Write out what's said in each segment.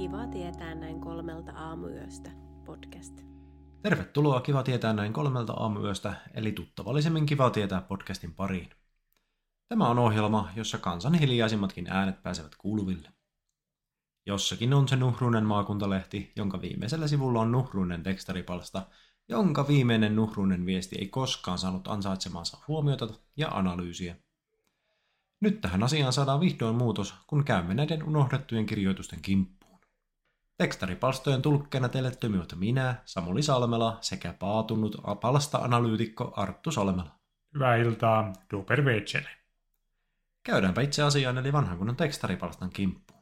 Kiva tietää näin 3 aamuyöstä podcast. Tervetuloa Kiva tietää näin 3 aamuyöstä, eli tuttavallisemmin Kiva tietää podcastin pariin. Tämä on ohjelma, jossa kansan hiljaisimmatkin äänet pääsevät kuuluville. Jossakin on se Nuhrunen maakuntalehti, jonka viimeisellä sivulla on Nuhrunen tekstaripalsta, jonka viimeinen Nuhrunen viesti ei koskaan saanut ansaitsemaansa huomiota ja analyysiä. Nyt tähän asiaan saadaan vihdoin muutos, kun käymme näiden unohdettujen kirjoitusten kimppuun. Tekstaripalstojen tulkkeena teille toimivat minä, Samuli Salmela, sekä paatunut palsta-analyytikko Arttu Salmela. Hyvää iltaa, Duper Vetsele. Käydäänpä itse asiaan eli vanhan kunnon tekstaripalstan kimppuun.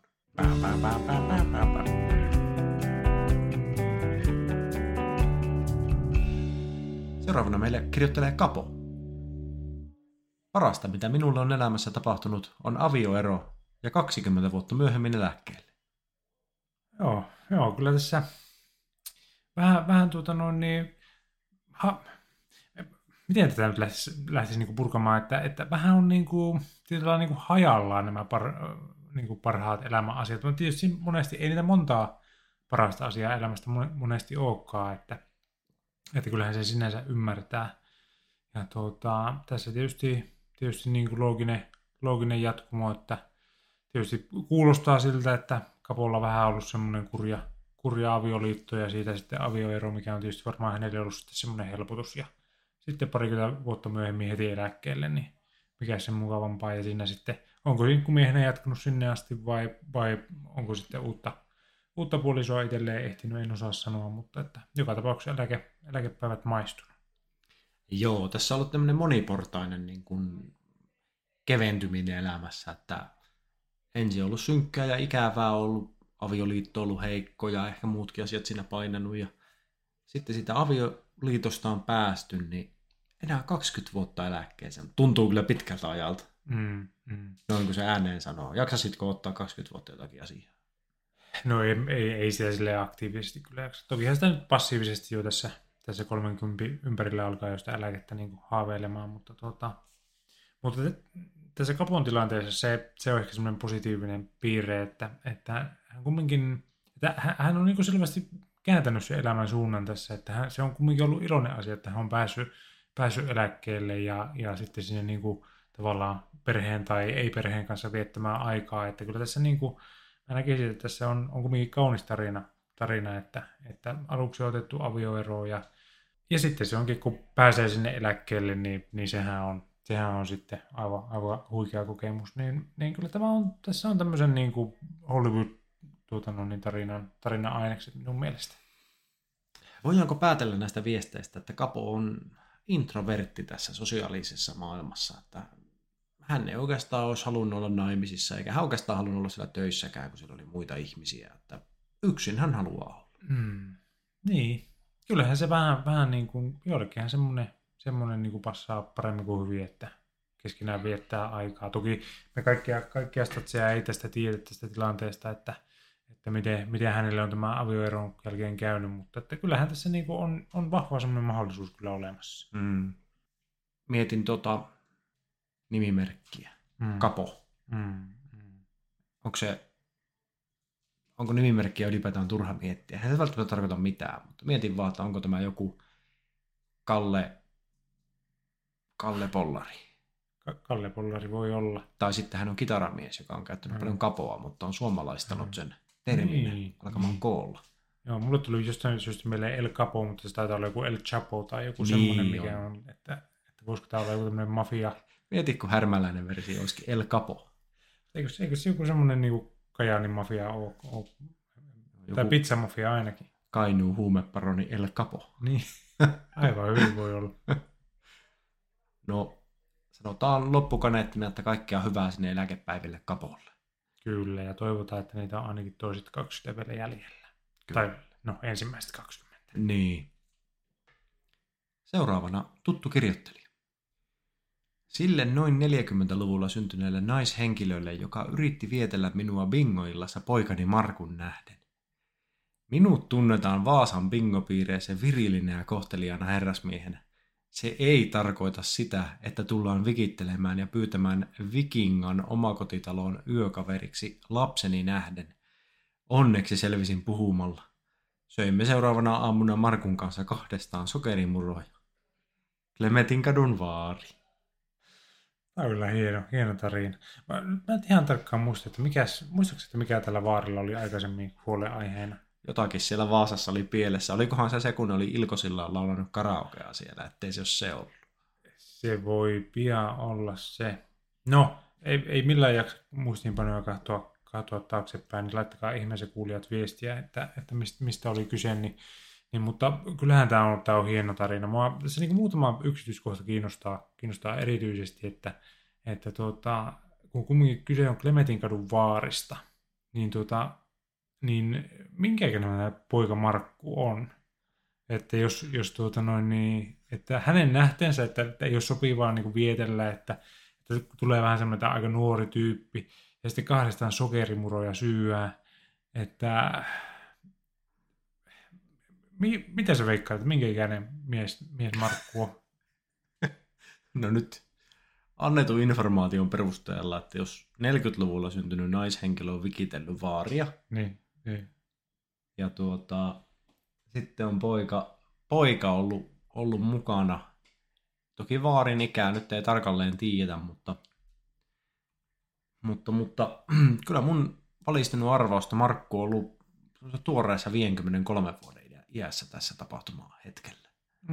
Seuraavana meille kirjoittelee Kapo. Parasta, mitä minulle on elämässä tapahtunut, on avioero ja 20 vuotta myöhemmin eläkkeelle. Joo, kyllä tässä vähän miten tätä nyt lähtisi niinku purkamaan, että vähän on niinku tietyllä niinku hajallaan nämä niinku parhaat elämän asiat. Mutta tietysti monesti ei niitä montaa parasta asiaa elämästä monesti olekaan, että kyllähän se sinänsä ymmärtää. Ja tässä tietysti niin kuin looginen jatkumo, että tietysti kuulostaa siltä, että Kapolla vähän ollut semmoinen kurja avioliitto ja siitä sitten avioero, mikä on tietysti varmaan hänelle ollut sitten semmoinen helpotus. Ja sitten 20 vuotta myöhemmin heti eläkkeelle, niin mikä sen mukavampaa. Ja siinä sitten, onko miehenä jatkunut sinne asti vai onko sitten uutta puolisoa itselleen ehtinyt, en osaa sanoa, mutta että joka tapauksessa eläkepäivät maistunut. Joo, tässä on ollut tämmöinen moniportainen niin kuin keventyminen elämässä, että ensin on ollut synkkää ja ikävää ollut, avioliitto on ollut heikko ja ehkä muutkin asiat siinä painanut ja sitten siitä avioliitosta on päästy, niin enää 20 vuotta eläkkeeseen. Tuntuu kyllä pitkältä ajalta. Noin kuin se ääneen sanoo. Jaksasitko ottaa 20 vuotta jotakin asiaa? No ei sitä silleen aktiivisesti kyllä jaksa. Tokihan sitä nyt passiivisesti jo tässä 30 ympärillä alkaa jo sitä eläkettä niin kuin haaveilemaan, mutta tässä Kapon tilanteessa se on ehkä semmoinen positiivinen piirre, että hän kumminkin, että hän on niin kuin selvästi kääntänyt sen elämän suunnan tässä, että se on kumminkin ollut iloinen asia, että hän on päässyt eläkkeelle ja sitten sinne niin kuin tavallaan perheen tai ei-perheen kanssa viettämään aikaa, että kyllä tässä niin kuin, mä näkisin, että tässä on kumminkin kaunis tarina, että aluksi on otettu avioero ja sitten se onkin, kun pääsee sinne eläkkeelle, niin sehän on sitten aivan huikea kokemus. Niin kyllä tässä on tämmöisen niin kuin Hollywood-tarinan ainekset minun mielestä. Voidaanko päätellä näistä viesteistä, että Kapo on introvertti tässä sosiaalisessa maailmassa, että hän ei oikeastaan olisi halunnut olla naimisissa, eikä hän oikeastaan halunnut olla siellä töissäkään, kun siellä oli muita ihmisiä, että yksin hän haluaa olla. Niin. Kyllähän se vähän niin kuin, joillekinhan semmoinen niin kuin passaa paremmin kuin hyvin, että keskenään viettää aikaa. Toki me kaikkia statseja ei tästä tiedä tästä tilanteesta, että miten hänelle on tämä avioeron jälkeen käynyt, mutta että kyllähän tässä niin kuin on vahva semmoinen mahdollisuus kyllä olemassa. Mietin nimimerkkiä. Kapo. Onko nimimerkkiä ylipäätään turha miettiä? Eihän se välttämättä tarkoita mitään, mutta mietin vaan, että onko tämä joku Kalle Pollari. Kalle Pollari voi olla. Tai sitten hän on kitaramies, joka on käyttänyt paljon Kapoa, mutta on suomalaistanut sen termin alkamaan koolla. Joo, mulle tuli jostain syystä meille El Capo, mutta se taitaa olla joku El Chapo tai joku semmoinen, mikä on, että voisiko tämä olla joku tämmöinen mafia. Mieti, kun härmäläinen versio olisikin El Capo. Eikö se joku semmoinen niin Kajaanin mafia ole? Tai pizzamafia ainakin. Kainuun huumeparoni El Capo. Niin, aivan hyvin voi olla. No, sanotaan loppukaneettina, että kaikkea hyvää sinne eläkepäiville Kapolle. Kyllä, ja toivotaan, että niitä on ainakin toiset 20 vielä jäljellä. Kyllä. Tai ensimmäiset 20. Niin. Seuraavana tuttu kirjoittelija. Sille noin 40-luvulla syntyneelle naishenkilölle, joka yritti vietellä minua bingoillassa poikani Markun nähden. Minut tunnetaan Vaasan bingopiireissä virilinä ja kohteliaana herrasmiehenä. Se ei tarkoita sitä, että tullaan vikittelemään ja pyytämään vikingan omakotitaloon yökaveriksi lapseni nähden, Onneksi selvisin puhumalla. Söimme seuraavana aamuna Markun kanssa 2 sokerimuroja. Klemetin kadun vaari. Tämä on kyllä hieno tarina. Mä en ihan tarkkaan muista, että muistaakseni, että mikä tällä vaarilla oli aikaisemmin huolenaiheena? Jotakin siellä Vaasassa oli pielessä. Olikohan se kun oli Ilkosilla laulanut karaokea siellä, ettei se ole se ollut. Se voi pian olla se. No, ei millään jaksa muistiinpanoja katsoa taaksepäin, niin laittakaa ihmeessä kuulijat viestiä, että mistä oli kyse. Niin, mutta kyllähän tämä on hieno tarina. Mua tässä niin muutama yksityiskohta kiinnostaa erityisesti, että kun kumminkin kyse on Klemetinkadun vaarista, niin minkä ikäinen poika Markku on? Että jos että hänen nähteensä, että ei ole sopivaa niin vietellä, että tulee vähän semmoinen aika nuori tyyppi, ja sitten 2 sokerimuroja syyää, että mitä sä veikkaat, että minkä ikäinen mies Markku on? No nyt annetun informaation perusteella, että jos 40-luvulla syntynyt naishenkilö on vikitellyt vaaria, niin. Ja sitten on poika ollut mukana. Toki vaarin ikää nyt ei tarkalleen tiedetä, mutta kyllä mun valistunut arvausta Markku on ollut tuoreessa 53 vuoden iässä tässä tapahtumaa hetkellä.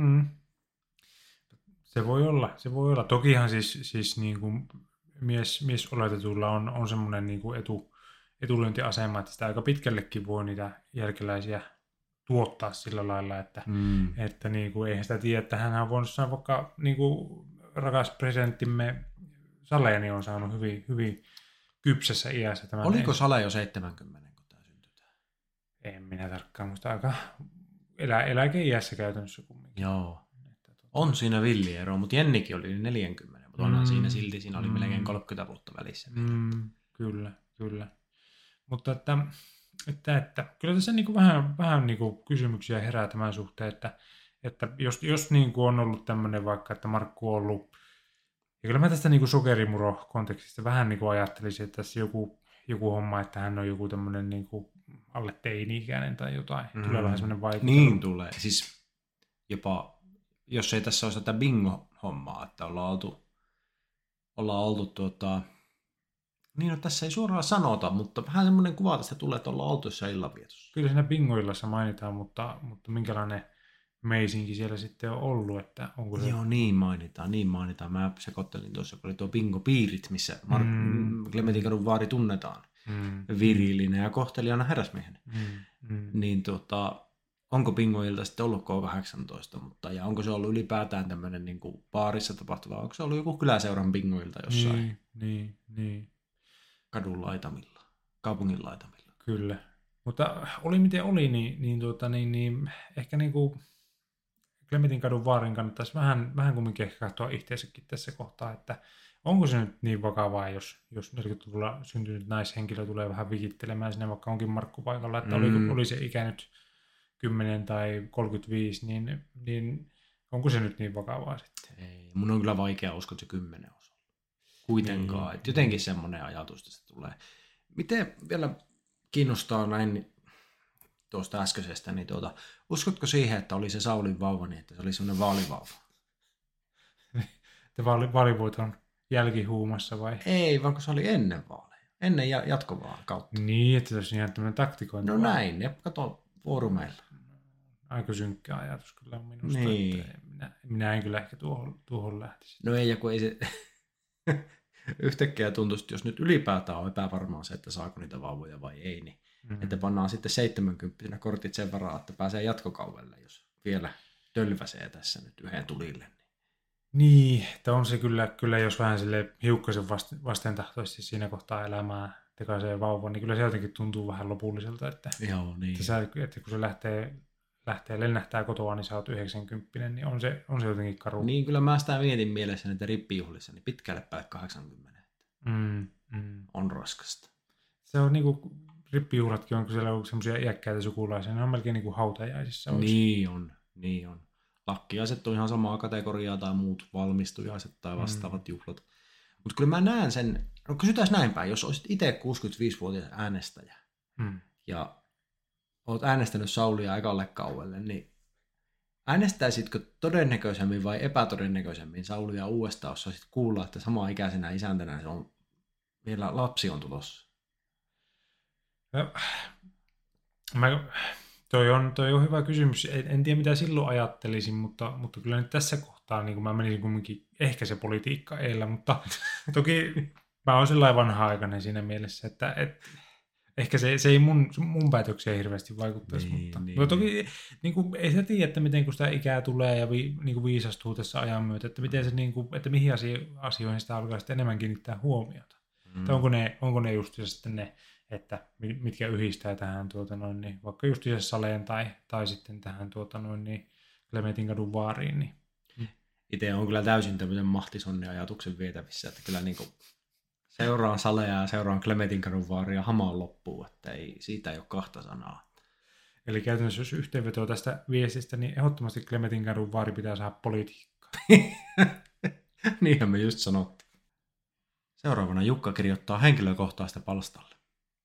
Se voi olla. Tokihan siis niin kuin mies oletetulla on semmoinen niin kuin etulyöntiasema, että sitä aika pitkällekin voi niitä jälkeläisiä tuottaa sillä lailla, että niin kuin, eihän sitä tiedä, että hän on voinut saada vaikka niin kuin rakas presidenttimme Saleni on saanut hyvin kypsessä iässä. Oliko Sale jo 70, kun tämä syntyi? En minä tarkkaan muista, aika eläkeiässä käytännössä kumminkin. Joo. On siinä villiero, mutta Jennikin oli 40, mutta onhan siinä oli melkein 30 vuotta välissä. Kyllä. Mutta että kyllä tässä niin kuin vähän niin kuin kysymyksiä herää tämän suhteen, että jos niin kuin on ollut tämmöinen vaikka, että Markku on ollut, ja kyllä mä tästä niin kuin sokerimuro-kontekstista vähän niin kuin ajattelisin, että tässä joku homma, että hän on joku tämmöinen niin kuin alle teini-ikäinen tai jotain. Tulee vähän semmoinen vaikutelma. Niin tulee. Siis jopa, jos ei tässä ole sitä bingo-hommaa, että ollaan oltu niin, no tässä ei suoraan sanota, mutta vähän semmoinen kuva tästä tulee, että ollaan oltu jossain illanvietossa. Kyllä siinä bingoillassa mainitaan, mutta minkälainen meisinki siellä sitten on ollut, että onko se... Joo, niin mainitaan. Mä sekoittelin tuossa, kun oli tuo bingo-piirit, missä Klemetinkadun vaari tunnetaan virillinen ja kohtelijana herrasmiehen. Niin onko bingoilta sitten ollut K18, ja onko se ollut ylipäätään tämmöinen niin kuin baarissa tapahtuva, onko se ollut joku kyläseuran bingoilta jossain? Niin. Kadun laitamilla, kaupungin laitamilla. Kyllä. Mutta oli miten oli, niin ehkä niin kuin Klemetinkadun vaarin kannattaisi vähän kumminkin ehkä katsoa itseäänsäkin tässä kohtaa, että onko se nyt niin vakavaa, jos 40-luvulla syntynyt naishenkilö tulee vähän vikittelemään sinne, vaikka onkin Markku paikalla, että oli se ikä nyt 10 tai 35, niin onko se nyt niin vakavaa sitten? Ei, mun on kyllä vaikea uskoa, että se 10 on kuitenkaan. Niin. Että jotenkin semmoinen ajatus tästä tulee. Miten vielä kiinnostaa näin tuosta äskeisestä, niin uskotko siihen, että oli se Saulin vauva, niin että se oli semmoinen vaalivauva? Että vaalivoit on jälkihuumassa vai? Ei, vaan kun se oli ennen vaaleja. Ennen jatkovaa kautta. Niin, että se olisi ihan tämmöinen taktikointi. No näin, ja kato foorumeilla. Aika synkkä ajatus kyllä on minusta. Niin. Että minä en kyllä ehkä tuohon lähtisi. No ei, ja kun ei se... Yhtäkkiä tuntuisi, että jos nyt ylipäätään on epävarmaa se, että saako niitä vauvoja vai ei, niin että pannaan sitten 70 kortit sen varaa, että pääsee jatkokaudelle, jos vielä tölväsee tässä nyt yhden tulille. Niin, että on se kyllä jos vähän sille hiukkasen vastentahtoisesti siinä kohtaa elämää tekaisee vauva, niin kyllä se jotenkin tuntuu vähän lopulliselta, että, joo, niin. että kun se lähtee lennähtää kotoa, niin sä oot 90, niin on se jotenkin karu. Niin, kyllä mä sitä mietin mielessä näitä rippijuhlissa, niin pitkälle päälle 80. On raskasta. Se on niinku, rippijuhlatkin on, kun siellä on semmoisia iäkkäitä sukulaisia, ne on melkein niinku hautajaisissa. Niin on. Lakkiaiset on ihan samaa kategoriaa tai muut valmistujaiset tai vastaavat juhlat. Mutta kyllä mä näen sen, no kysytään näin päin, jos olisit itse 65-vuotias äänestäjä, ja oot äänestänyt Saulia ekalle kaudelle, niin äänestäisitkö todennäköisemmin vai epätodennäköisemmin Saulia uudestaan, jos saisit kuulla, että sama ikäisenä isäntänä se on, vielä lapsi on tulossa? Toi on hyvä kysymys. En tiedä, mitä silloin ajattelisin, mutta kyllä nyt tässä kohtaa niin mä menisin kumminkin ehkä se politiikka edellä, mutta toki mä oon sellainen vanha-aikainen siinä mielessä, että ehkä se ei mun päätöksiä hirveästi vaikuttaisi, mutta toki niin kuin, ei se tiedä, että miten kun sitä ikää tulee ja niin kuin viisastuu tässä ajan myötä, että, miten se, niin kuin, että mihin asioihin sitä alkaa sitten enemmän kiinnittää huomiota. Että onko ne just sitten ne, että mitkä yhdistää tähän niin, vaikka just Saleen tai sitten tähän Clementinkadun vaariin. Niin. Itse on kyllä täysin tämmöisen mahtisonni ajatuksen vietävissä, että kyllä niin kuin seuraan Salea ja seuraan Clementinkadun vaaria hamaan loppuun, että siitä ei ole kahta sanaa. Eli käytännössä jos yhteenvetoa tästä viestistä, niin ehdottomasti Clementinkadun vaari pitää saada politiikkaa. Niinhän me just sanottiin. Seuraavana Jukka kirjoittaa henkilökohtaista palstalle.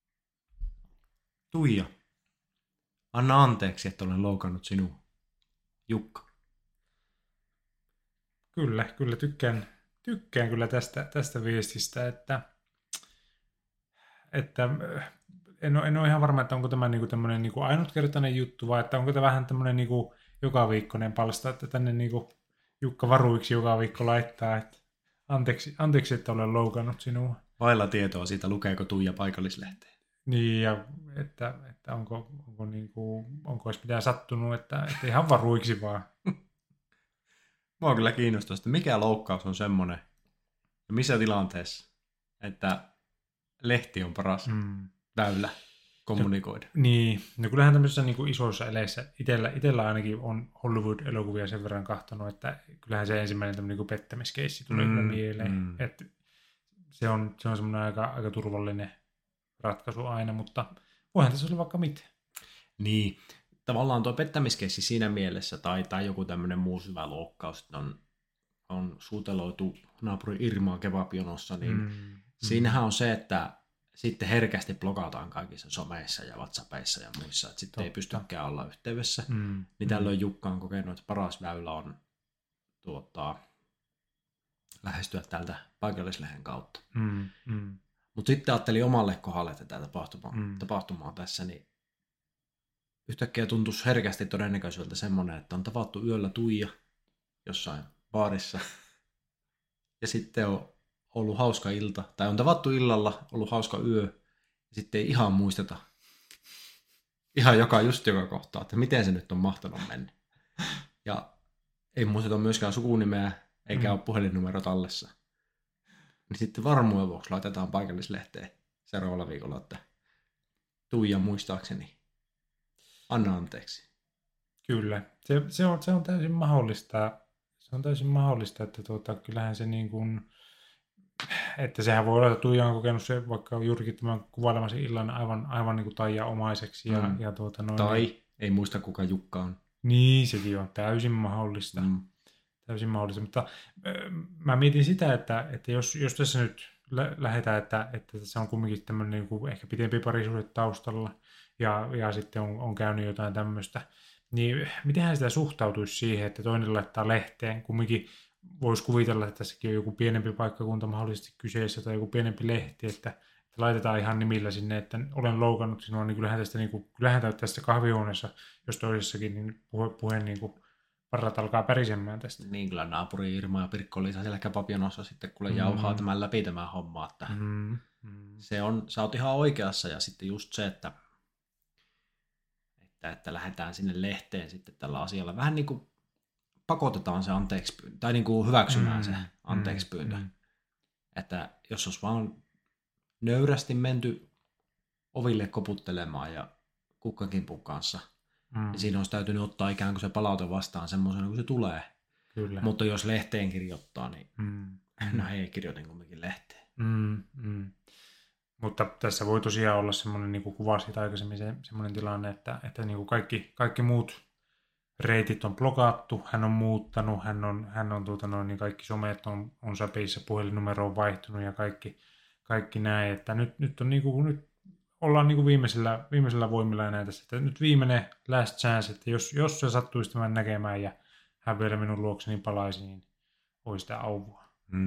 Tuija, anna anteeksi, että olen loukannut sinua. Jukka. Kyllä tykkään kyllä tästä viestistä, että en ole ihan varma, että onko tämä niinku tämmöinen niinku ainutkertainen juttu, vai että onko tämä vähän tämmöinen niinku jokaviikkoinen palsta, että tänne niinku Jukka varuiksi joka viikko laittaa, että anteeksi, että olen loukannut sinua. Vailla tietoa siitä, lukeeko Tuija paikallislehteen. Niin, ja että onko edes mitään sattunut, että ihan varuiksi vaan. Mua kyllä kiinnostaa, että mikä loukkaus on semmoinen, ja missä tilanteessa, että lehti on paras väylä kommunikoida. Niin, no kyllähän tämmöisissä niin kuin isoissa eleissä, itsellä ainakin on Hollywood-elokuvia sen verran katsonut, että kyllähän se ensimmäinen tämmöinen niin pettämiskeissi tulee kyllä mieleen. Että se on semmoinen aika turvallinen ratkaisu aina, mutta voihan tässä olla vaikka mitä. Niin, tavallaan tuo pettämiskeissi siinä mielessä, tai joku tämmöinen muu syvä loukkaus, että on suuteloitu naapuri Irmaa kebabjonossa, niin siinähän on se, että sitten herkästi blokataan kaikissa someissa ja WhatsAppeissa ja muissa, että sitten ei pystykään olla yhteydessä. Niin tällöin Jukka on kokenut, että paras väylä on lähestyä tältä paikallislehden kautta. Mutta sitten ajattelin omalle kohdalle tätä tapahtumaa tässä, niin yhtäkkiä tuntuisi herkästi todennäköisyydeltä semmoinen, että on tavattu yöllä Tuija jossain baarissa ja sitten on ollut hauska ilta, tai on tavattu illalla, ollut hauska yö, ja sitten ei ihan muisteta ihan joka kohtaa, että miten se nyt on mahtanut mennä. Ja ei muisteta myöskään sukunimeä, eikä ole puhelinnumero tallessa. Niin sitten varmuuden vuoksi laitetaan paikallislehteen seuraavalla viikolla, että Tuija muistaakseni, anna anteeksi. Kyllä, se on täysin mahdollista. Se on täysin mahdollista, että kyllähän se niin kuin, että sehän voi olla, että Tuija on kokenut se vaikka juurikin tämän kuvailemassa illan aivan niin kuin taijaomaiseksi. Tai ei muista kuka Jukka on. Niin, sekin on täysin mahdollista. Täysin mahdollista, mutta mä mietin sitä, että jos tässä nyt lähdetään, että tässä on kumminkin tämmöinen niin kuin ehkä pitempi parisuhde taustalla ja sitten on käynyt jotain tämmöistä, niin mitenhän sitä suhtautuisi siihen, että toinen laittaa lehteen, kumminkin voisi kuvitella, että tässäkin on joku pienempi paikkakunta mahdollisesti kyseessä tai joku pienempi lehti, että laitetaan ihan nimillä sinne, että olen loukannut sinua, niin kyllähän tästä kahvihuoneessa, jos toisessakin, niin puheen niin kuin parrat alkaa pärisemään tästä. Niin, kyllä naapuri Irma ja Pirkko-Liisa siellä kebabjonossa sitten kuule jauhaa tämän läpi tämä homma, että sä oot ihan oikeassa, ja sitten just se, että lähdetään sinne lehteen sitten tällä asialla. Vähän niin kuin pakotetaan se anteeksipyyntö, tai niin kuin hyväksymään se anteeksipyyntö. Että jos olisi vaan nöyrästi menty oville koputtelemaan ja kukkakimpun kanssa, niin siinä olisi täytynyt ottaa ikään kuin se palaute vastaan semmoisena kuin se tulee. Kyllä. Mutta jos lehteen kirjoittaa, niin no hei, kirjoitin kumminkin lehteen. Mutta tässä voi tosiaan olla semmoinen, niin kuin kuvasit aikaisemmin, semmoinen tilanne, että niin kuin kaikki muut reitit on blokattu, hän on muuttanut, hän on niin kaikki somet on säpeissä, puhelinnumero on vaihtunut ja kaikki näin, että nyt on niin kuin, nyt ollaan niin kuin viimeisellä voimilla enää tässä. Että nyt viimeinen last chance, että jos se sattuisi tämän näkemään ja hän vielä minun luokseni palaisi, niin olisi sitä auvua.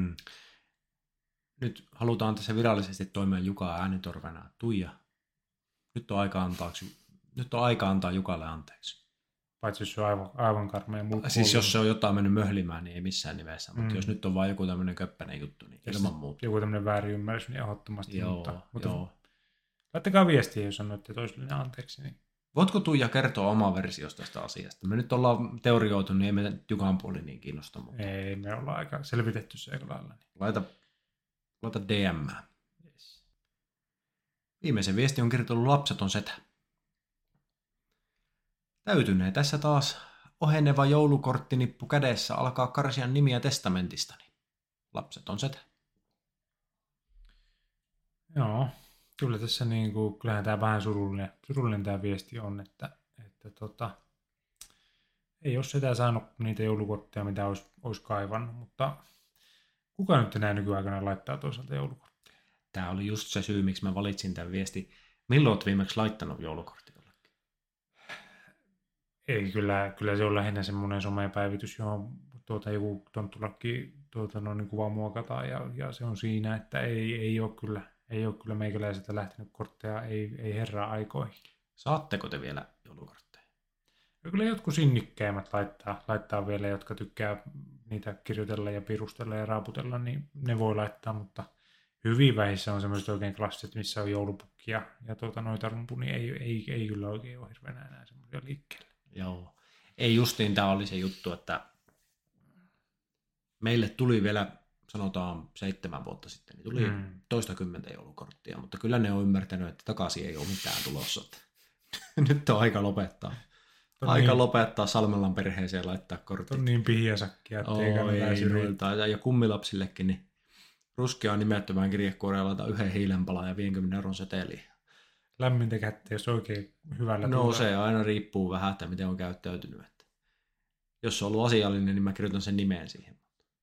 Nyt halutaan tässä virallisesti toimia Jukaa äänitorvena. Tuija, nyt on aika antaa Jukalle anteeksi. Paitsi jos se on aivan karmea muu. Siis jos se on jotain mennyt möhlimään, niin ei missään nimessä. Mutta jos nyt on vain joku tämmöinen köppäinen juttu, niin ilman muuta. Joku tämmöinen väärinymmärrys, niin ehdottomasti. Joo. Laittakaa viestiä, jos sanoitte toiselle anteeksi. Niin. Voitko Tuija kertoa oma versiosta tästä asiasta? Me nyt ollaan teorioitu, niin ei meitä Jukan puoli niin kiinnosta. Mutta... Ei, me ollaan aika selvitetty se aika lailla. Niin. Laita DM. Yes. Viimeisen viesti on kirjoitellut lapseton setä. Täytynee tässä taas oheneva joulukorttinippu kädessä alkaa karsia nimiä testamentistani. Lapseton setä. Joo, kyllä tässä kyllähän tämä vähän surullinen tämä viesti on, että ei ole sitä saanut niitä joulukortteja, mitä olisi kaivannut, mutta kuka nyt enää nykyaikana laittaa toisaalta joulukortteja? Tämä oli just se syy, miksi mä valitsin tämän viesti. Milloin olet viimeksi laittanut joulukorttia? Ei, kyllä se on lähinnä semmoinen somepäivitys, johon joku tonttulakki kuvaa muokataan ja se on siinä, että ei ole kyllä meikäläiseltä lähtenyt kortteja, ei herraa aikoihin. Saatteko te vielä joulukortteja? Ja kyllä jotkut sinnikkäämmät laittaa vielä, jotka tykkää niitä kirjoitella ja pirustella ja raaputella, niin ne voi laittaa, mutta hyvin vähissä on semmoiset oikein klassiset, missä on joulupukki ja noita rumpu, niin ei kyllä oikein ole hirveänä enää semmoisia liikkeelle. Joo. Ei justiin tämä oli se juttu, että meille tuli vielä, sanotaan 7 vuotta sitten, niin tuli toistakymmentä joulukorttia, mutta kyllä ne on ymmärtänyt, että takaisin ei ole mitään tulossa. Nyt on aika lopettaa. Lopettaa Salmelan perheeseen laittaa kortit. On niin pihiäsakkia, ettei ja kummilapsillekin, niin ruskea nimettömään kirjekuoreen laittaa 1 hiilenpalan ja 50 euron seteliin. Lämmintä kättä, jos oikein hyvällä tulee. Se aina riippuu vähän, että miten on käyttäytynyt. Että jos se on ollut asiallinen, niin mä kirjoitan sen nimeen siihen.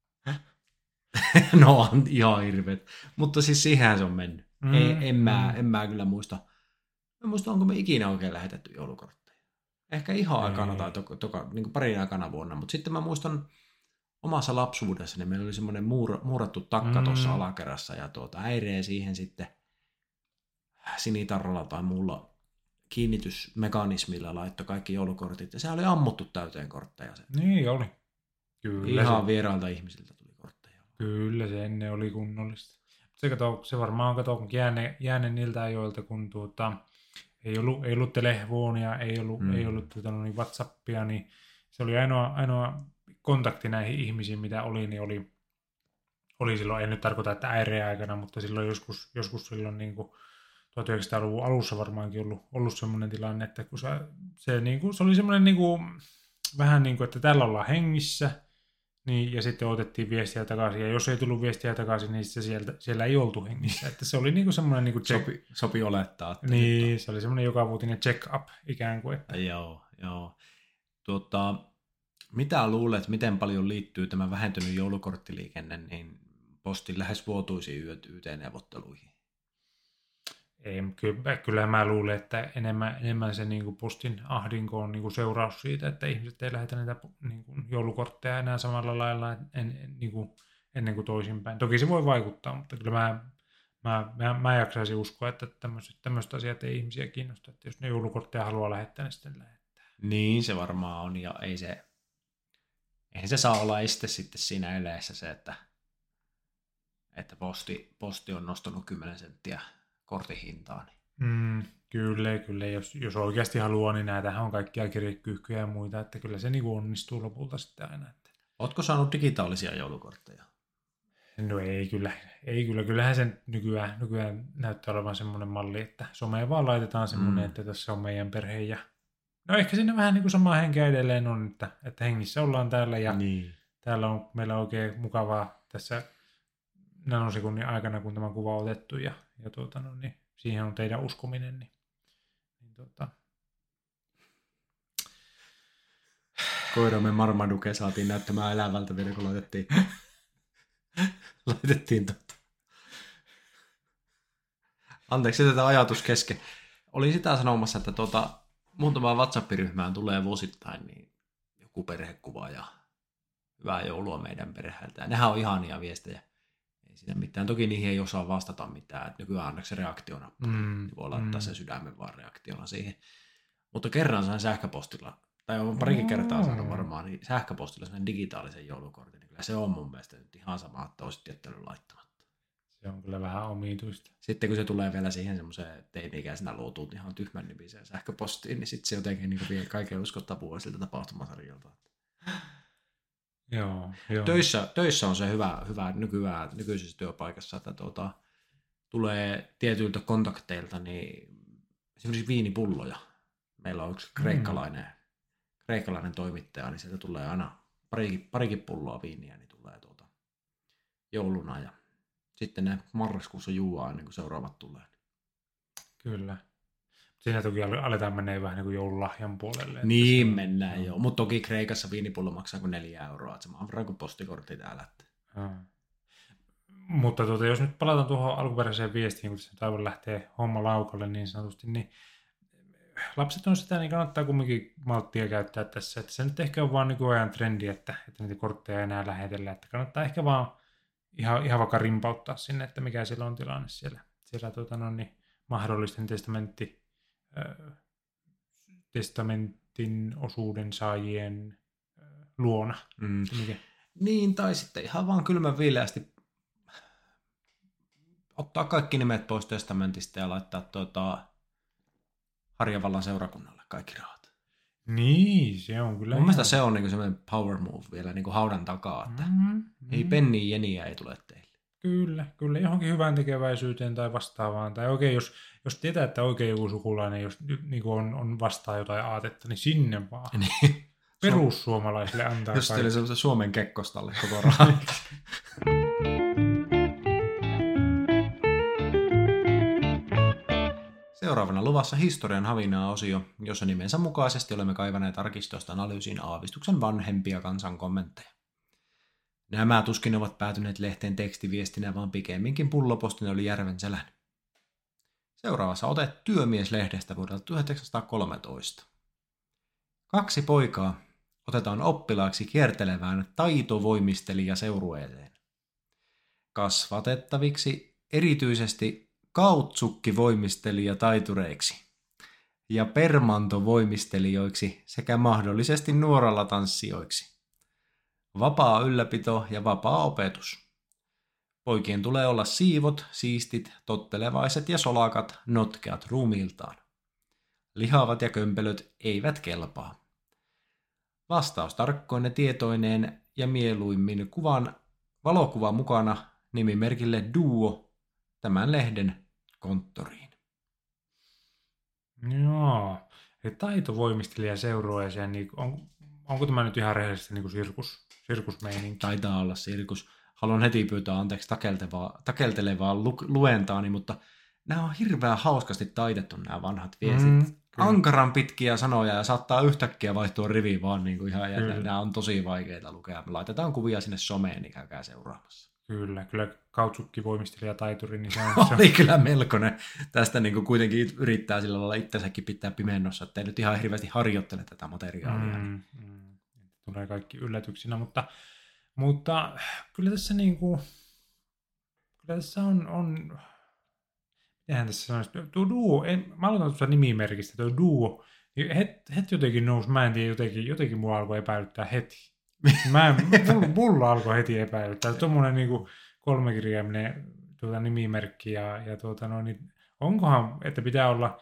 No on ihan hirveet. Mutta siis siihen se on mennyt. En mä kyllä muista. En muista, onko me ikinä oikein lähetetty joulukortteja. Ehkä ihan aikana tai niin parin aikana vuonna. Mutta sitten mä muistan omassa lapsuudessa, niin meillä oli semmoinen muurattu takka tuossa alakerrassa ja äireen siihen sitten sinitarralla tai muulla kiinnitysmekanismilla laittoi kaikki joulukortit, ja se oli ammuttu täyteen kortteja. Niin oli. Kyllä ihan vierailta ihmisiltä tuli kortteja. Kyllä se ennen oli kunnollista. Se varmaan on jääne niiltä ajoilta, kun ei ollut telefoonia, ei ollut WhatsAppia, niin se oli ainoa kontakti näihin ihmisiin, mitä oli, niin oli silloin, en nyt tarkoita, että äireen aikana, mutta silloin joskus silloin 1900-luvun alussa varmaankin ollut semmoinen tilanne, että kun se oli semmoinen vähän niin kuin, että täällä ollaan hengissä, niin, ja sitten otettiin viestiä takaisin, ja jos ei tullut viestiä takaisin, niin siellä ei oltu hengissä. Että se oli semmoinen sopi olettaa. Että niin, se oli semmoinen jokavuotinen check-up ikään kuin. Että. Joo. Mitä luulet, miten paljon liittyy tämä vähentynyt joulukorttiliikenne niin postin lähes vuotuisiin YT-neuvotteluihin? Ei, kyllä mä luulen, että enemmän se postin ahdinko on seuraus siitä, että ihmiset ei lähetä niitä joulukortteja enää samalla lailla ennen kuin toisinpäin. Toki se voi vaikuttaa, mutta kyllä mä jaksaisin uskoa, että tämmöiset asiat ei ihmisiä kiinnosta, että jos ne joulukortteja haluaa lähettää, niin sitten lähettää. Niin se varmaan on, ja eihän se saa olla este sitten siinä eleessä se, että posti on nostanut 10 senttiä kortin hintaan. Kyllä. Jos oikeasti haluaa, niin näitähän on kaikkia kirjekyyhkyjä ja muita, että kyllä se onnistuu lopulta sitten aina. Että. Ootko saanut digitaalisia joulukortteja? No ei kyllä. Kyllähän se nykyään näyttää olevan semmoinen malli, että someen vaan laitetaan semmoinen, että tässä on meidän perhe ja no ehkä siinä vähän samaa henkeä edelleen on, että hengissä ollaan täällä ja täällä on meillä oikein mukavaa tässä nanosekunnin aikana, kun tämä kuva on otettu ja niin siihen on teidän uskominen. Niin. Koiramme Marmaduke saatiin näyttämään elävältä vielä, kun laitettiin Anteeksi, tätä ajatus kesken. Olin sitä sanomassa, että muutamaan WhatsApp-ryhmään tulee vuosittain niin joku perhekuva ja hyvää joulua meidän perheeltä. Ja nehän on ihania viestejä. Ei siinä mitään. Toki niihin ei osaa vastata mitään. Et nykyään onneksi se reaktiona. Voi laittaa sen sydämen vaan reaktiona siihen. Mutta kerran sain sähköpostilla, tai on parikin kertaa saanut varmaan, niin sähköpostilla sellainen digitaalisen joulukortin. Niin kyllä se on mun mielestä nyt ihan sama, että olisit jättänyt laittamatta. Se on kyllä vähän omituista. Sitten kun se tulee vielä siihen semmoiseen teini-ikäisenä luotuun ihan tyhmän nimiseen sähköpostiin, niin sitten se jotenkin niin vie kaiken uskottavuuden siltä tapahtumasarjalta. Joo. Töissä on se hyvä nykyisessä työpaikassa, että tulee tietyiltä kontakteilta niin esimerkiksi viinipulloja. Meillä on yksi kreikkalainen toimittaja, niin sieltä tulee aina parikin pulloa viiniä, niin tulee jouluna ja sitten ne marraskuussa juuaa ennen kuin seuraavat tulee. Kyllä. Siinä toki aletaan mennä vähän niin kuin joululahjan puolelle. Niin mennään joo. Mutta toki Kreikassa viinipullo maksaa kuin 4 €. Että samaan verran kuin postikortti täällä. Mutta jos nyt palataan tuohon alkuperäiseen viestiin, kun se aivan lähtee homma laukalle niin sanotusti, niin lapset on sitä, niin kannattaa kumminkin malttia käyttää tässä. Että se nyt ehkä on vaan nykyajan trendi, että niitä kortteja ei enää lähetellä. Että kannattaa ehkä vaan ihan vaikka rimpauttaa sinne, että mikä siellä on tilanne siellä mahdollisten testamentin osuuden saajien luona. Niin, tai sitten ihan vaan kylmän viileästi ottaa kaikki nimet pois testamentista ja laittaa Harjavallan seurakunnalle kaikki rahat. Niin, se on kyllä. Mun mielestä se on niinku semmoinen power move vielä niinku haudan takaa, että ei penniä jeniä ei tule teille. Kyllä, johonkin hyvän tekeväisyyteen tai vastaavaan. Tai oikein, jos tietää, että oikein joku sukulainen jos niin on vastaa jotain aatetta, niin sinne vaan. Niin. Perussuomalaisille antaa jos teille semmoista Suomen Kekkostalle koko rahaa. Seuraavana luvassa historian havinaa osio, jossa nimensä mukaisesti olemme kaivaneet arkistosta analyysiin aavistuksen vanhempia kansan kommentteja. Nämä tuskin ovat päätyneet lehteen tekstiviestinä, vaan pikemminkin pullopostin oli Järvenselän. Seuraavassa ote Työmies-lehdestä vuodelta 1913. 2 poikaa otetaan oppilaaksi kiertelevään taitovoimistelija-seurueeseen. Kasvatettaviksi erityisesti kautsukkivoimistelija-taitureiksi ja permantovoimistelijoiksi sekä mahdollisesti nuoralla tanssijoiksi. Vapaa ylläpito ja vapaa opetus. Poikien tulee olla siivot, siistit, tottelevaiset ja solakat, notkeat ruumiiltaan. Lihavat ja kömpelöt eivät kelpaa. Vastaus tarkkoinen tietoineen ja mieluimmin valokuva mukana nimimerkille Duo tämän lehden konttoriin. Joo, eli taitovoimistelija seurueeseen, niin onko tämä nyt ihan rehellisesti niin kuin sirkusmeininki? Taitaa olla sirkus. Haluan heti pyytää anteeksi takeltelevaa luentaani, mutta nämä on hirveän hauskasti taitettu nämä vanhat viestit. Ankaran pitkiä sanoja ja saattaa yhtäkkiä vaihtua riviin vaan niin kuin ihan, ja nämä on tosi vaikeita lukea. Me laitetaan kuvia sinne someen, niin käykää seuraamassa. Kyllä kautsukkivoimistelija taituri, niin se on oli kyllä melkoinen. Tästä niin kuin kuitenkin yrittää sillä lailla itsensäkin pitää pimennossa, ettei nyt ihan hirveästi harjoittele tätä materiaalia. Tulee kaikki yllätyksinä, mutta kyllä tässä niinku, kyllä tässä on mitähän tässä sanoisi, tuo Duo, mä aloitan tuossa nimimerkistä, tuo Duo, niin heti jotenkin nousi, mä en tiedä, jotenkin mua alkoi epäilyttää heti. Mulla alkoi heti epäilyttää, tuommoinen niinku 3-kirjaiminen nimimerkki ja niin onkohan, että pitää olla,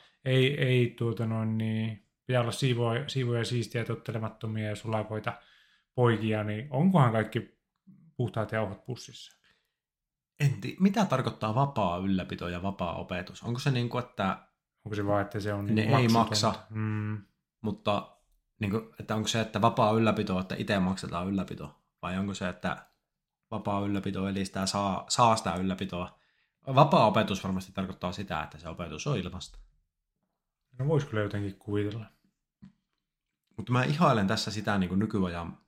pitää olla siivoja, siistiä, tottelemattomia ja sulakoita poikia, niin onkohan kaikki puhtaat jauhot pussissa? Mitä tarkoittaa vapaa ylläpito ja vapaa opetus? Onko se niin kuin, että onko se vaan, että se on ne ei maksa, mutta niin kuin, että onko se, että vapaa ylläpito, että itse maksetaan ylläpito? Vai onko se, että vapaa ylläpito, eli sitä saa sitä ylläpitoa? Vapaa opetus varmasti tarkoittaa sitä, että se opetus on ilmasta. No vois kyllä jotenkin kuvitella. Mutta mä ihailen tässä sitä niin kuin nykyajan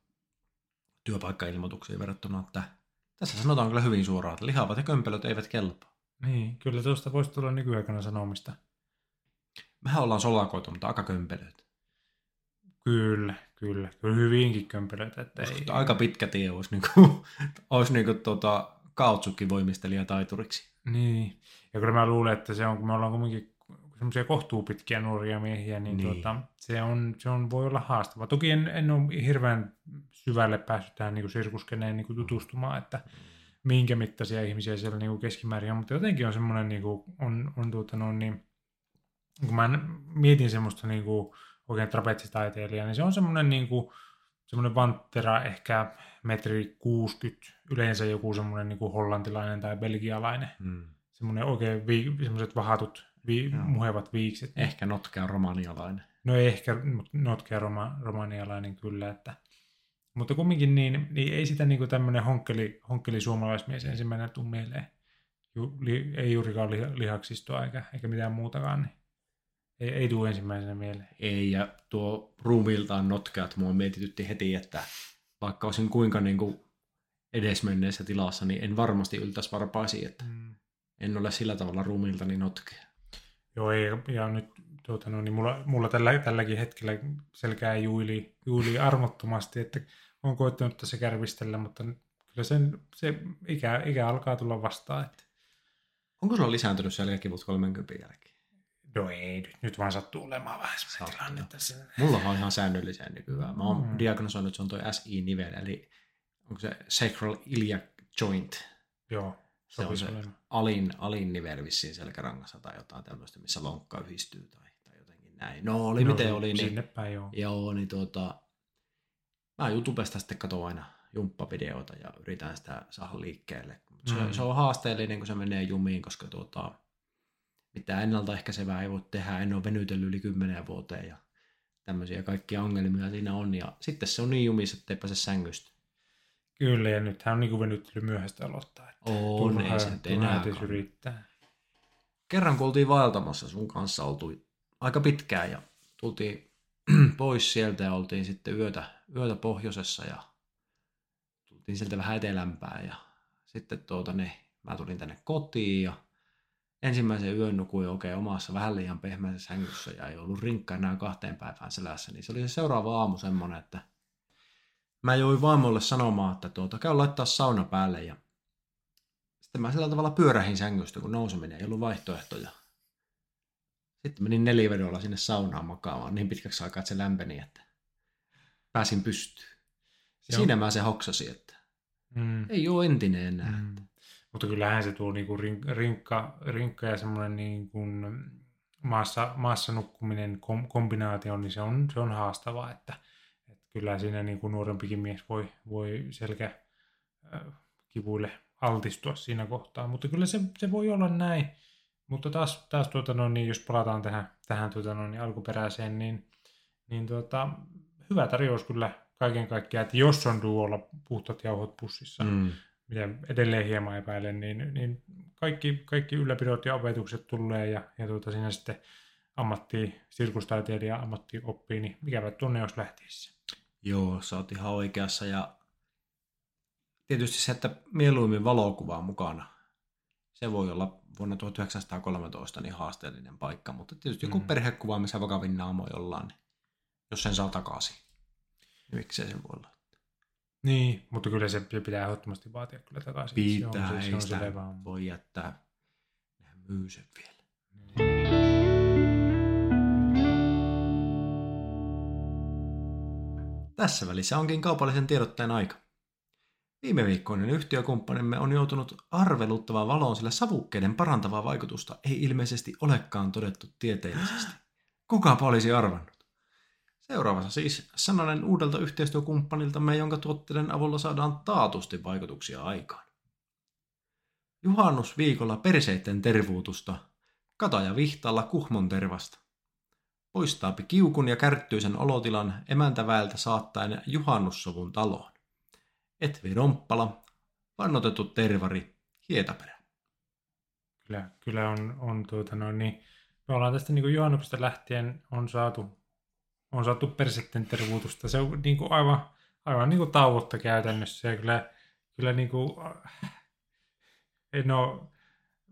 työpaikkailmoituksiin verrattuna, että tässä sanotaan kyllä hyvin suoraan, että lihavat ja kömpelöt eivät kelpaa. Niin, kyllä tuosta voisi tulla nykyaikana sanomista. Mehän ollaan solakoitu, mutta aika kömpelöitä. Kyllä hyvinkin kömpelöitä. Että ei, Aika pitkä tie olisi, olisi kautsukkivoimistelija taituriksi. Niin, ja kyllä mä luulen, että se on, kun me ollaan kuitenkin semmoisia kohtuupitkiä nuoria miehiä, niin, se on, voi olla haastavaa. Toki en ole hirveän syvälle päässyt tähän niin sirkuskeneen niin tutustumaan, että minkä mittaisia ihmisiä siellä niin keskimäärin on, mutta jotenkin on semmoinen, niin kuin, kun mä mietin semmoista niin kuin, oikein trapetsitaiteilijaa, niin se on semmoinen niin kuin, semmoinen vanttera, ehkä 1,60 m, yleensä joku semmoinen niin kuin hollantilainen tai belgialainen. Semmoinen oikein semmoiset vahatut, muhevat viikset. Ehkä notkea romanialainen. No ehkä notkea romanialainen kyllä, että mutta kumminkin niin ei sitä niin kuin tämmöinen honkkeli suomalaismies ensimmäinen tule mieleen. Ei juurikaan lihaksistoa eikä mitään muutakaan, niin ei tule ensimmäisenä mieleen. Ei, ja tuo ruumiiltaan notkeat mua mietitytti heti, että vaikka olisin kuinka niin kuin edesmenneessä tilassa, niin en varmasti yltäisi varpaisiin, että en ole sillä tavalla ruumiiltani notkea. Joo, ei, ja nyt niin mulla tälläkin hetkellä selkää juili armottomasti, että on koittanut tässä kärvistellä, mutta kyllä se ikä alkaa tulla vastaan. Että... Onko sulla lisääntynyt selkäkivut 30 jälkeen? No ei, nyt vaan sattuu olemaan vähän semmoinen tilanne tässä. Mulla on ihan säännöllisiä nykyään. Mä oon diagnosoinut, että se on toi SI-nivel, eli onko se sacral iliac joint? Joo. Se on se alin nivel vissiin selkärangassa tai jotain tämmöistä, missä lonkka yhdistyy tai jotenkin näin. No oli miten oli. Sinne päin, joo. Joo, niin mä YouTubesta sitten katson aina jumppavideoita ja yritän sitä saada liikkeelle. Se on haasteellinen, kun se menee jumiin, koska mitään ennaltaehkäisevää ei voi tehdä. En ole venytellyt yli 10 vuoteen ja tämmöisiä kaikkia ongelmia siinä on. Ja sitten se on niin jumissa, ettei pääse sängystä. Kyllä, ja nythän on niin venyttely myöhäistä aloittaa. On, ei se nyt enää yrittää. Kerran kun oltiin vaeltamassa sun kanssa, oltu aika pitkään ja tultiin pois sieltä ja oltiin sitten yötä pohjoisessa ja tultiin sieltä vähän etelämpään ja sitten mä tulin tänne kotiin ja ensimmäisen yön nukuin oikein omassa vähän liian pehmeässä sängyssä ja ei ollut rinkka enää 2 päivään selässä, niin se oli se seuraava aamu semmoinen, että mä join vaimolle sanomaan, että käy laittaa sauna päälle ja sitten mä sillä tavalla pyörähin sängystä, kun nouseminen ei ollut vaihtoehtoja. Sitten menin 4 vedolla sinne saunaan makaamaan niin pitkäksi aikaa, että se lämpeni, että pääsin pystyyn. Siinä mä se hoksasi, että ei ole entinen enää. Mutta kyllähän se tuo niinku rinkka ja semmoinen niinku maassa nukkuminen kombinaatio, niin se on haastavaa, että kyllä siinä niinku nuorempikin mies voi selkäkivuille altistua siinä kohtaa, mutta kyllä se voi olla näin. Mutta taas jos palataan tähän alkuperäiseen, niin hyvä tarjous kyllä kaiken kaikkiaan, että jos on duolla puhtaat jauhot pussissa, mitä edelleen hieman epäilen, niin kaikki ylläpidot ja opetukset tulee ja siinä sitten sirkustaiteilija ammatti oppii, niin mikävä tunne jos lähtisi. Joo, sä oot ihan oikeassa ja tietysti se, että mieluimmin valokuvaa mukana, se voi olla vuonna 1913 niin haasteellinen paikka, mutta tietysti joku perhekuva, missä vakavin naamo jollain, niin jos sen saa takaisin, niin miksei sen voi olla. Niin, mutta kyllä se pitää ehdottomasti vaatia kyllä takaisin. Pitää, ei sitä voi jättää, nehän myy sen vielä. Tässä välissä onkin kaupallisen tiedotteen aika. Viime viikkoinen yhtiökumppanimme on joutunut arveluttavaan valoon, sillä savukkeiden parantavaa vaikutusta ei ilmeisesti olekaan todettu tieteellisesti. Kukapa olisi arvannut? Seuraavassa siis sananen uudelta yhteistyökumppaniltamme, jonka tuotteiden avulla saadaan taatusti vaikutuksia aikaan. Juhannusviikolla perseitten tervuutusta, kataja vihtaalla kuhmon tervasta. Poistaapi kiukun ja kärttyisen olotilan emäntäväeltä saattaen juhannussovun taloon. Etvi Romppala, vannotettu tervari, Hietaperä. Kyllä on niin me ollaan tästä niin juhannuksesta lähtien on saatu perseitten tervuutusta. Se on niin kuin aivan niin kuin tauotta käytännössä ja kyllä niin kuin,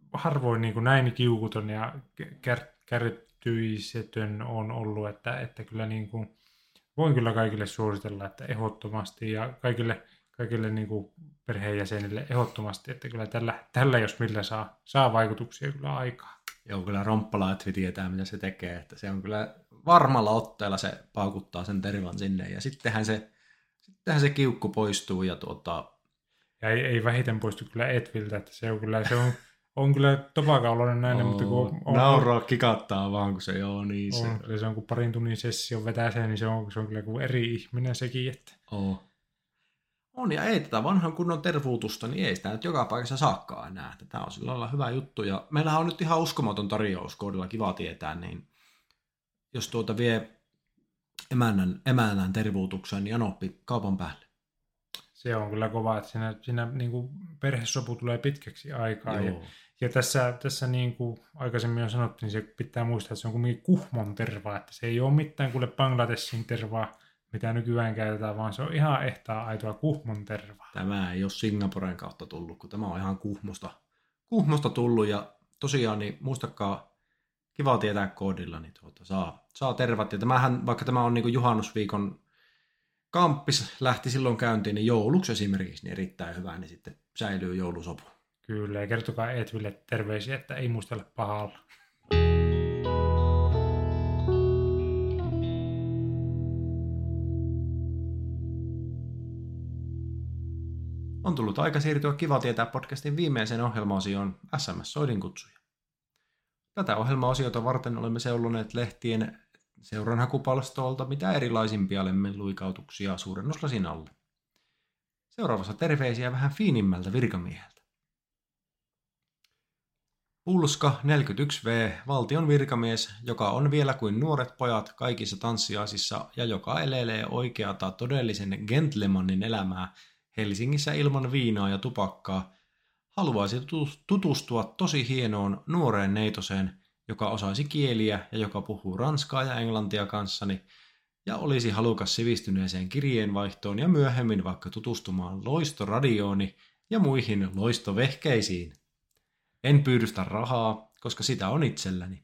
harvoin niin kuin näin kiukuton ja kärtyisetön on ollut, että kyllä niin kuin, voin kyllä kaikille suositella, että ehdottomasti ja kaikille niin kuin perheenjäsenille ehdottomasti, että kyllä tällä jos millä saa vaikutuksia kyllä aikaa. Joo, kyllä Romppala-Etvi tietää, mitä se tekee, että se on kyllä varmalla otteella se paukuttaa sen tervan sinne ja sittenhän se kiukku poistuu ja Ja ei vähiten poistu kyllä Etviltä, että se on kyllä topakaoloinen näin, mutta kun nauraa kikattaa vaan, kun se joo niin se on kun parin tunnin session vetää sen, niin se on kyllä kuin eri ihminen sekin, että on, ja ei tätä vanhan kunnon tervuutusta, niin ei sitä nyt joka paikassa saakkaan enää. Tämä on sillä lailla hyvä juttu, ja meillähän on nyt ihan uskomaton tarjous koodilla Kiva tietää, niin jos vie emännän tervuutukseen, niin anoppi kaupan päälle. Se on kyllä kova, että siinä niin kuin perhesopu tulee pitkäksi aikaa. Ja tässä niin kuin aikaisemmin on sanottu, niin se pitää muistaa, että se on kuitenkin Kuhmon tervaa, että se ei ole mitään kuule Bangladesin tervaa, mitä nykyään käytetään, vaan se on ihan ehtaa aitoa Kuhmon tervaa. Tämä ei ole Singaporen kautta tullut, kun tämä on ihan Kuhmosta tullut, ja tosiaan niin muistakaa Kiva tietää koodilla, niin saa tervat, ja tämähän, vaikka tämä on niin kuin juhannusviikon kamppis lähti silloin käyntiin, niin jouluksi esimerkiksi niin erittäin hyvä, niin sitten säilyy joulusopu. Kyllä, ja kertokaa Eetville terveisiä, että ei muistella pahalla. On tullut aika siirtyä Kiva tietää podcastin viimeiseen ohjelmaosioon SMS-soidinkutsuja. Tätä ohjelmaosiota varten olemme seuloneet lehtien seuranhakupalstoilta mitä erilaisimpia lemmenluikautuksia suurennuslasin alle. Seuraavassa terveisiä vähän fiinimmältä virkamieheltä. Pulska 41V, valtion virkamies, joka on vielä kuin nuoret pojat kaikissa tanssiaisissa ja joka elelee oikeata todellisen gentlemanin elämää Helsingissä ilman viinaa ja tupakkaa, haluaisi tutustua tosi hienoon nuoreen neitoseen, joka osaisi kieliä ja joka puhuu ranskaa ja englantia kanssani ja olisi halukas sivistyneeseen kirjeenvaihtoon ja myöhemmin vaikka tutustumaan loistoradiooni ja muihin loistovehkeisiin. En pyydystä rahaa, koska sitä on itselläni.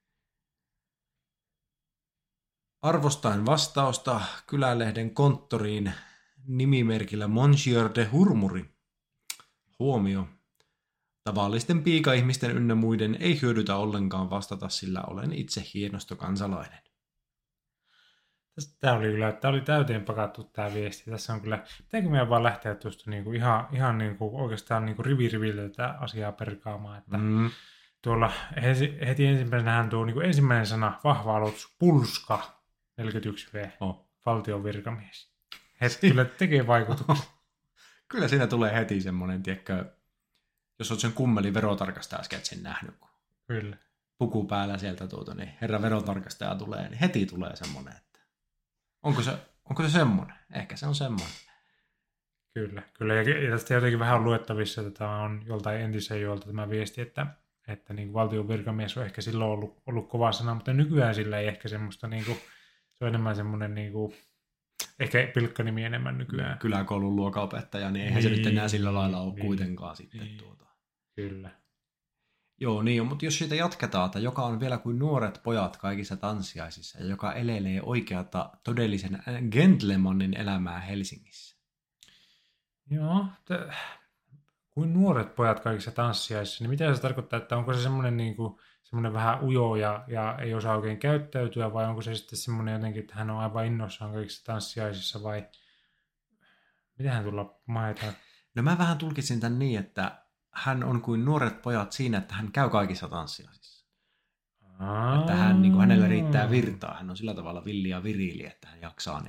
Arvostaen vastausta Kylälehden konttoriin nimimerkillä Monsieur de Hurmuri. Huomio. Tavallisten piikaihmisten ynnä muiden ei hyödytä ollenkaan vastata, sillä olen itse hienostokansalainen. Tämä oli täyteen pakattu tämä viesti. Tässä on kyllä, pitääkö meidän vaan lähteä tuosta niinku ihan niinku oikeastaan niinku riviriviltä tätä asiaa perkaamaan. Että tuolla heti ensimmäisenähän tuo niinku ensimmäinen sana, vahva aloitus, Pulska 41V, valtion virkamies. Kyllä tekee vaikutuksen. Kyllä siinä tulee heti semmoinen, tiedätkö, jos olet sen kummelin verotarkastaja-sketsin nähnyt, kun kyllä. Puku päällä sieltä niin herra verotarkastaja tulee, niin heti tulee semmoinen, että onko se semmoinen? Ehkä se on semmoinen. Kyllä. Ja tästä jotenkin vähän on luettavissa, että tämä on joltain entisen joilta tämä viesti, että niin valtion virkamies on ehkä silloin ollut kova sana, mutta nykyään sillä ei ehkä semmoista, niin kuin, se on enemmän semmoinen, niin kuin, ehkä pilkkanimi enemmän nykyään. Kyläkoulun luokanopettaja, niin eihän se nyt enää sillä lailla ole kuitenkaan sitten . Kyllä. Joo, niin on, mutta jos siitä jatketaan, että joka on vielä kuin nuoret pojat kaikissa tanssiaisissa ja joka elelee oikeata todellisen gentlemanin elämää Helsingissä. Joo, kuin nuoret pojat kaikissa tanssiaisissa, niin mitä se tarkoittaa, että onko se semmoinen niinku, semmoinen vähän ujo ja ei osaa oikein käyttäytyä, vai onko se sitten semmoinen jotenkin, että hän on aivan innoissaan kaikissa tanssiaisissa, vai mitä hän tulla mainitaan? No mä vähän tulkitsin tämän niin, että hän on kuin nuoret pojat siinä, että hän käy kaikissa tanssiaisissa. Että hänellä riittää virtaa, hän on sillä tavalla villi ja virili, että hän jaksaa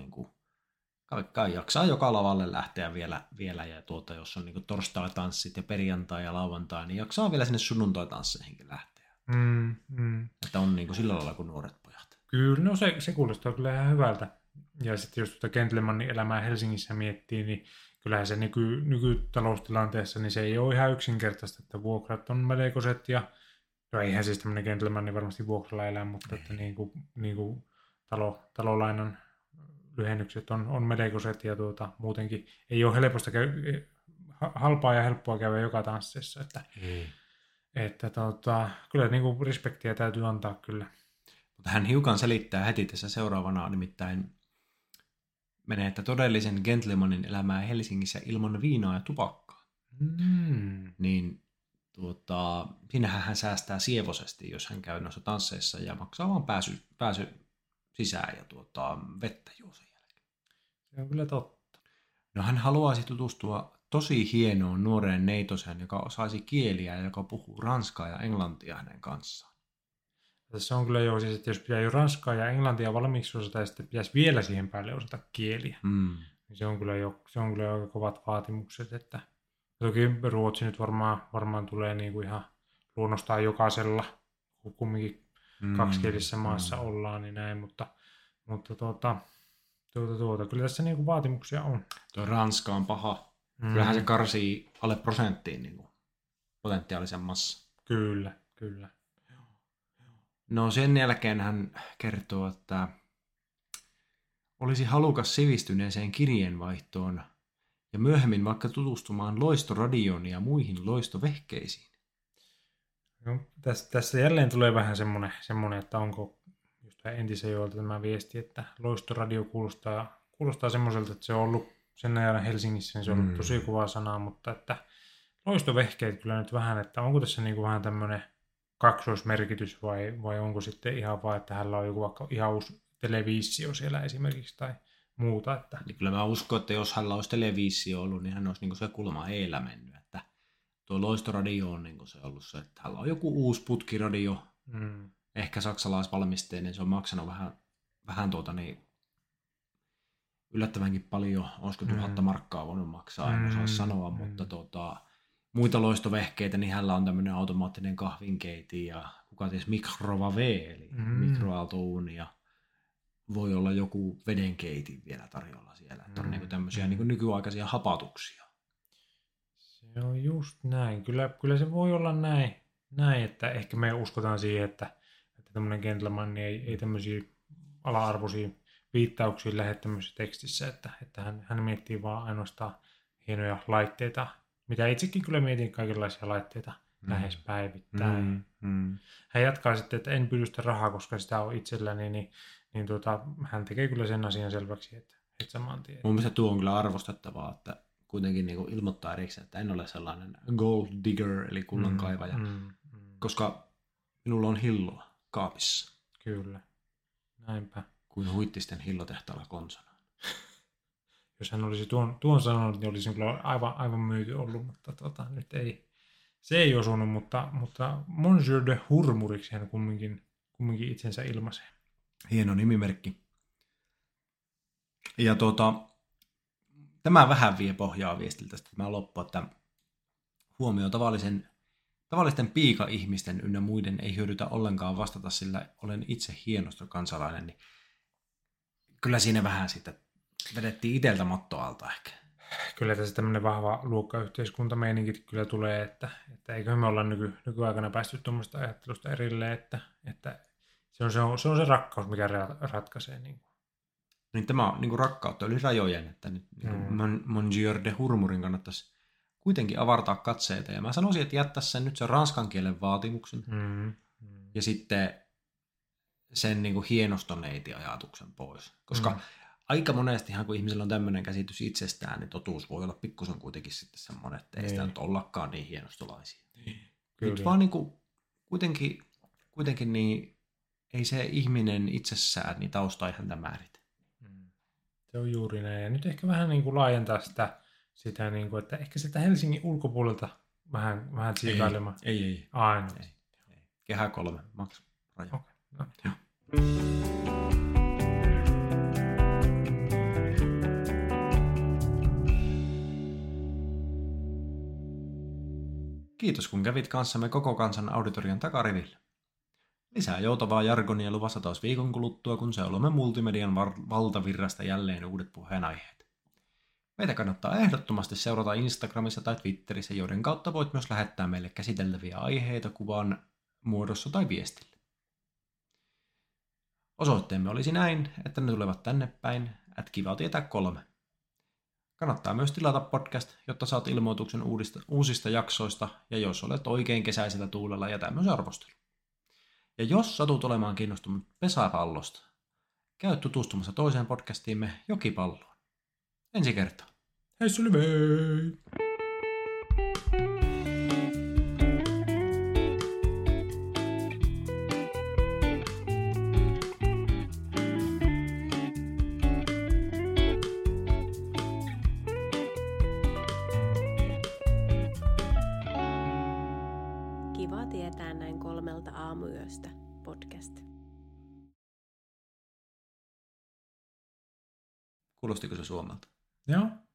jaksaa joka lavalle lähteä vielä ja jos on torstai-tanssit ja perjantai ja lauantai, niin jaksaa vielä sinne sunnuntai-tansseihinkin lähteä. Että on sillä lailla kuin nuoret pojat. Kyllä, no se kuulostaa kyllä ihan hyvältä. Ja sitten jos tuota gentlemanin elämää Helsingissä miettii, niin kyllähän se nykytaloustilanteessa, niin se ei ole ihan yksinkertaista, että vuokrat on melkoiset ja no eihän siis tämmöinen gentlemani varmasti vuokralla elää, mutta että niin kuin talolainan lyhennykset on melkoiset ja muutenkin ei ole halpaa ja helppoa käydä joka tanssissa, että että kyllä niin kuin respektiä täytyy antaa kyllä. Mutta hän hiukan selittää heti tässä seuraavana, nimittäin menee, että todellisen gentlemanin elämää Helsingissä ilman viinaa ja tupakkaa. Niin siinähän hän säästää sievosesti, jos hän käy noissa tansseissa ja maksaa vaan pääsy sisään ja vettä juo sen jälkeen. Se on kyllä totta. No hän haluaisi tutustua tosi hienoon nuoreen neitoseen, joka osaisi kieliä ja joka puhuu ranskaa ja englantia hänen kanssaan. Tässä on kyllä jo siis, että jos pitää jo ranskaa ja englantia valmiiksi osata ja sitten pitäisi vielä siihen päälle osata kieliä, niin se on kyllä jo aika kovat vaatimukset. Että toki Ruotsi nyt varmaan tulee niin kuin ihan luonnostaan jokaisella, kun kumminkin kaksikielisessä maassa ollaan, niin näin, mutta kyllä tässä niin kuin vaatimuksia on. Tuo ranska on paha. Kyllähän se karsii alle prosenttiin niin kuin potentiaalisen massa. Kyllä. No sen jälkeen hän kertoo, että olisi halukas sivistyneeseen kirjeenvaihtoon ja myöhemmin vaikka tutustumaan loistoradioon ja muihin loistovehkeisiin. No, tässä jälleen tulee vähän semmoinen, että onko just entisen joilta tämä viesti, että loistoradio kuulostaa semmoiselta, että se on ollut sen ajan Helsingissä, niin se on ollut tosi kova sana, mutta että loistovehkeet kyllä nyt vähän, että onko tässä niin kuin vähän tämmöinen kaksoismerkitys vai onko sitten ihan vaan, että hänellä on joku vaikka ihan uusi televisio siellä esimerkiksi tai muuta. Että... Niin kyllä mä uskon, että jos hänellä olisi televisio ollut, niin hän olisi niin kuin se kulma eellä mennyt. Että tuo loistoradio on niin kuin se ollut se, että hänellä on joku uusi putkiradio, ehkä saksalaisvalmisteinen, se on maksanut vähän yllättävänkin paljon, olisiko 1000 markkaa voinut maksaa, en osaa sanoa, mutta muita loistovehkeitä, niin hänellä on tämmöinen automaattinen kahvinkeiti ja kuka ties mikrovave, eli mikroaaltouuni ja voi olla joku vedenkeiti vielä tarjolla siellä. Että on niin tämmöisiä niin nykyaikaisia hapatuksia. Se on just näin. Kyllä se voi olla näin, että ehkä me uskotaan siihen, että tämmöinen gentleman ei tämmöisiä ala-arvoisia viittauksia lähde tämmöisessä tekstissä, että hän miettii vaan ainoastaan hienoja laitteita, mitä itsekin kyllä mietin kaikenlaisia laitteita lähes päivittäin. Hän jatkaa sitten, että en pyydä sitä rahaa, koska sitä on itselläni, niin hän tekee kyllä sen asian selväksi, että saman tien. Mun mielestä tuo on kyllä arvostettavaa, että kuitenkin niin kuin ilmoittaa erikseen, että en ole sellainen gold digger, eli kullankaivaja, koska minulla on hilloa kaapissa. Kyllä, näinpä. Kuin Huittisten hillotehtaalla konsana. Jos hän olisi tuon sanonut, niin olisi kyllä aivan myyty ollut, mutta nyt se ei osunut, mutta Monsieur de Hurmuriksi hän kumminkin itsensä ilmaisee. Hieno nimimerkki. Ja tämä vähän vie pohjaa viestiltä tämä loppu, että huomio tavallisten piika-ihmisten ynnä muiden ei hyödytä ollenkaan vastata, sillä olen itse hienosto kansalainen, niin kyllä siinä vähän sitä vedettiin itseltä matto alta ehkä. Kyllä tässä tämmöinen vahva luokkayhteiskuntameininki kyllä tulee, että eikö me olla nykyaikana päästy tuommoista ajattelusta erilleen, että se on se rakkaus, mikä ratkaisee. Niin tämä on niin rakkautta yli rajojen, että nyt Monsieur de Hurmurin kannattaisi kuitenkin avartaa katseita. Ja mä sanoisin, että jättää sen ranskan kielen vaatimuksen ja sitten sen niin kuin hienostoneiti-ajatuksen pois. Koska aika monestihan, kun ihmisellä on tämmöinen käsitys itsestään, niin totuus voi olla pikkusen kuitenkin sitten semmoinen, että ei sitä nyt ollakaan niin hienostolaisia. Nyt vaan niin kuin, kuitenkin niin ei se ihminen itsessään niin tausta ihan määritä. Se on juuri näin. Ja nyt ehkä vähän niin kuin laajentaa sitä niin kuin, että ehkä sitä Helsingin ulkopuolelta vähän tsiikailemaan. Ei. Aina. Ei. Kehä 3, maks raja. Okay. No. Joo. Kiitos kun kävit kanssamme koko kansan auditorian takarivillä. Lisää joutavaa jargonia luvassa taas viikon kuluttua, kun seuloomme multimedian valtavirrasta jälleen uudet puheenaiheet. Meitä kannattaa ehdottomasti seurata Instagramissa tai Twitterissä, joiden kautta voit myös lähettää meille käsiteltäviä aiheita kuvan muodossa tai viestillä. Osoitteemme olisi näin, että ne tulevat tänne päin, @kivatietä3. Kannattaa myös tilata podcast, jotta saat ilmoituksen uusista jaksoista ja jos olet oikein kesäisellä tuulella, jätä myös arvostelu. Ja jos satut olemaan kiinnostunut pesäpallosta, käy tutustumassa toiseen podcastiimme Jokipalloon. Ensi kertaan. Hei Sylvei! Kiva tietää näin 3 aamuyöstä podcast. Kuulostiko se Suomelta? Joo.